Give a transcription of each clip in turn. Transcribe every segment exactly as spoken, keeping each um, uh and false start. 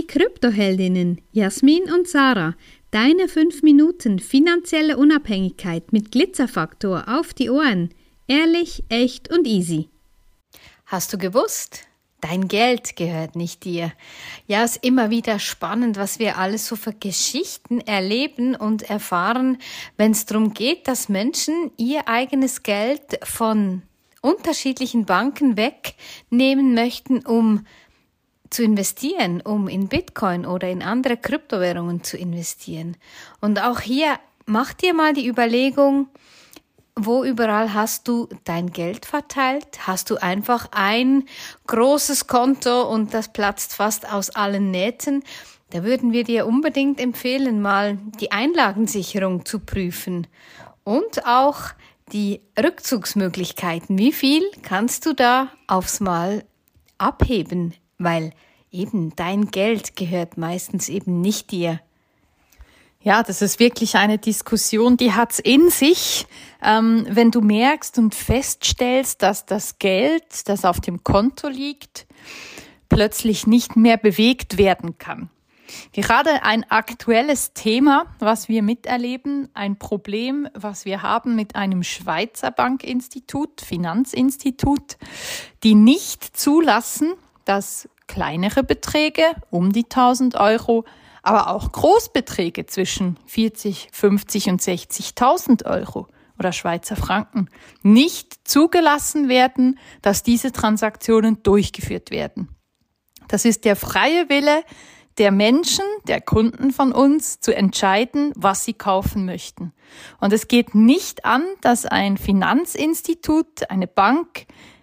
Kryptoheldinnen Jasmin und Sarah. Deine fünf Minuten finanzielle Unabhängigkeit mit Glitzerfaktor auf die Ohren. Ehrlich, echt und easy. Hast du gewusst? Dein Geld gehört nicht dir. Ja, es ist immer wieder spannend, was wir alles so für Geschichten erleben und erfahren, wenn es darum geht, dass Menschen ihr eigenes Geld von unterschiedlichen Banken wegnehmen möchten, um zu investieren, um in Bitcoin oder in andere Kryptowährungen zu investieren. Und auch hier mach dir mal die Überlegung, wo überall hast du dein Geld verteilt? Hast du einfach ein großes Konto und das platzt fast aus allen Nähten? Da würden wir dir unbedingt empfehlen, mal die Einlagensicherung zu prüfen und auch die Rückzugsmöglichkeiten. Wie viel kannst du da aufs Mal abheben? Weil eben dein Geld gehört meistens eben nicht dir. Ja, das ist wirklich eine Diskussion, die hat's in sich. Ähm, wenn du merkst und feststellst, dass das Geld, das auf dem Konto liegt, plötzlich nicht mehr bewegt werden kann. Gerade ein aktuelles Thema, was wir miterleben, ein Problem, was wir haben mit einem Schweizer Bankinstitut, Finanzinstitut, die nicht zulassen, dass kleinere Beträge um die tausend Euro, aber auch Großbeträge zwischen vierzig, fünfzig und sechzigtausend Euro oder Schweizer Franken nicht zugelassen werden, dass diese Transaktionen durchgeführt werden. Das ist der freie Wille der Menschen, der Kunden von uns, zu entscheiden, was sie kaufen möchten. Und es geht nicht an, dass ein Finanzinstitut, eine Bank,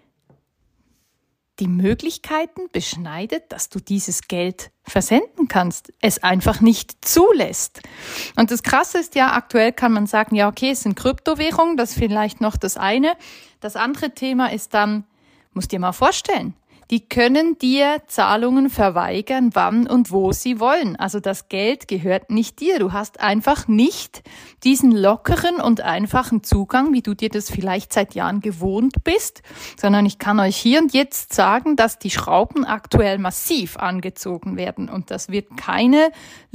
die Möglichkeiten beschneidet, dass du dieses Geld versenden kannst, es einfach nicht zulässt. Und das Krasse ist ja, aktuell kann man sagen, ja okay, es sind Kryptowährungen, das ist vielleicht noch das eine. Das andere Thema ist dann, musst dir mal vorstellen, die können dir Zahlungen verweigern, wann und wo sie wollen. Also das Geld gehört nicht dir. Du hast einfach nicht diesen lockeren und einfachen Zugang, wie du dir das vielleicht seit Jahren gewohnt bist, sondern ich kann euch hier und jetzt sagen, dass die Schrauben aktuell massiv angezogen werden. Und das wird keine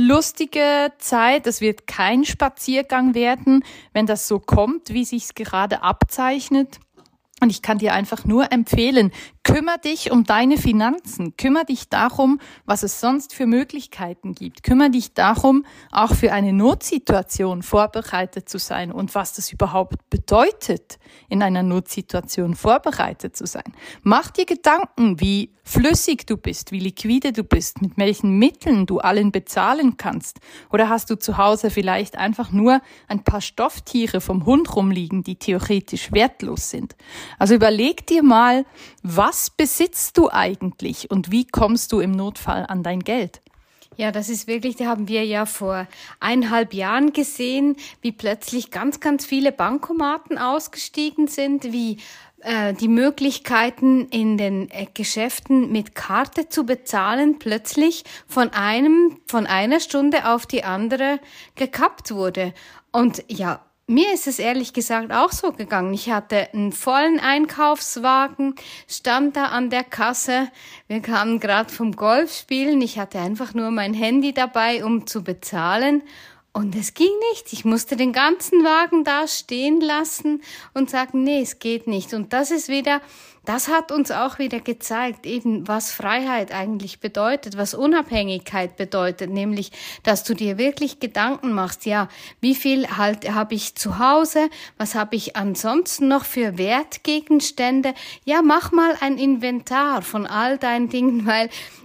lustige Zeit, das wird kein Spaziergang werden, wenn das so kommt, wie sich's gerade abzeichnet. Und ich kann dir einfach nur empfehlen, kümmere dich um deine Finanzen, kümmere dich darum, was es sonst für Möglichkeiten gibt, kümmere dich darum, auch für eine Notsituation vorbereitet zu sein und was das überhaupt bedeutet, in einer Notsituation vorbereitet zu sein. Mach dir Gedanken, wie flüssig du bist, wie liquide du bist, mit welchen Mitteln du allen bezahlen kannst. Oder hast du zu Hause vielleicht einfach nur ein paar Stofftiere vom Hund rumliegen, die theoretisch wertlos sind? Also überleg dir mal, was besitzt du eigentlich und wie kommst du im Notfall an dein Geld? Ja, das ist wirklich, da haben wir ja vor eineinhalb Jahren gesehen, wie plötzlich ganz, ganz viele Bankomaten ausgestiegen sind, wie äh, die Möglichkeiten in den äh, Geschäften mit Karte zu bezahlen plötzlich von einem, von einer Stunde auf die andere gekappt wurde. Und ja, mir ist es ehrlich gesagt auch so gegangen. Ich hatte einen vollen Einkaufswagen, stand da an der Kasse. Wir kamen gerade vom Golfspielen. Ich hatte einfach nur mein Handy dabei, um zu bezahlen. Und es ging nicht. Ich musste den ganzen Wagen da stehen lassen und sagen, nee, es geht nicht. Und das ist wieder, das hat uns auch wieder gezeigt, eben was Freiheit eigentlich bedeutet, was Unabhängigkeit bedeutet, nämlich, dass du dir wirklich Gedanken machst, ja, wie viel halt habe ich zu Hause, was habe ich ansonsten noch für Wertgegenstände? Ja, mach mal ein Inventar von all deinen Dingen, weil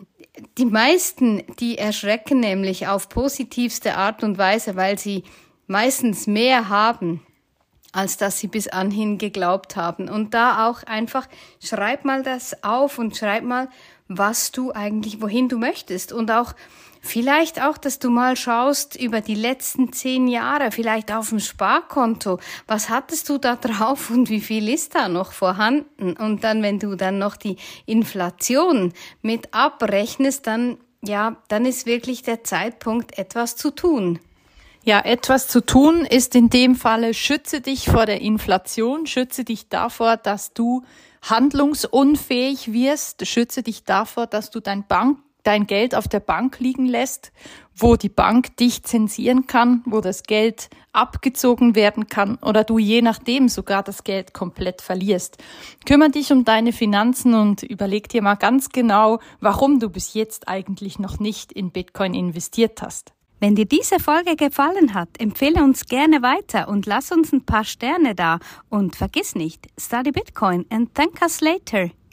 die meisten, die erschrecken nämlich auf positivste Art und Weise, weil sie meistens mehr haben, als dass sie bis anhin geglaubt haben. Und da auch einfach, schreib mal das auf und schreib mal, was du eigentlich, wohin du möchtest. Und auch vielleicht auch, dass du mal schaust über die letzten zehn Jahre, vielleicht auf dem Sparkonto, was hattest du da drauf und wie viel ist da noch vorhanden? Und dann, wenn du dann noch die Inflation mit abrechnest, dann, ja, dann ist wirklich der Zeitpunkt, etwas zu tun. Ja, etwas zu tun ist in dem Falle, schütze dich vor der Inflation, schütze dich davor, dass du handlungsunfähig wirst, schütze dich davor, dass du dein Bank dein Geld auf der Bank liegen lässt, wo die Bank dich zensieren kann, wo das Geld abgezogen werden kann oder du je nachdem sogar das Geld komplett verlierst. Kümmere dich um deine Finanzen und überleg dir mal ganz genau, warum du bis jetzt eigentlich noch nicht in Bitcoin investiert hast. Wenn dir diese Folge gefallen hat, empfehle uns gerne weiter und lass uns ein paar Sterne da. Und vergiss nicht, study Bitcoin and thank us later.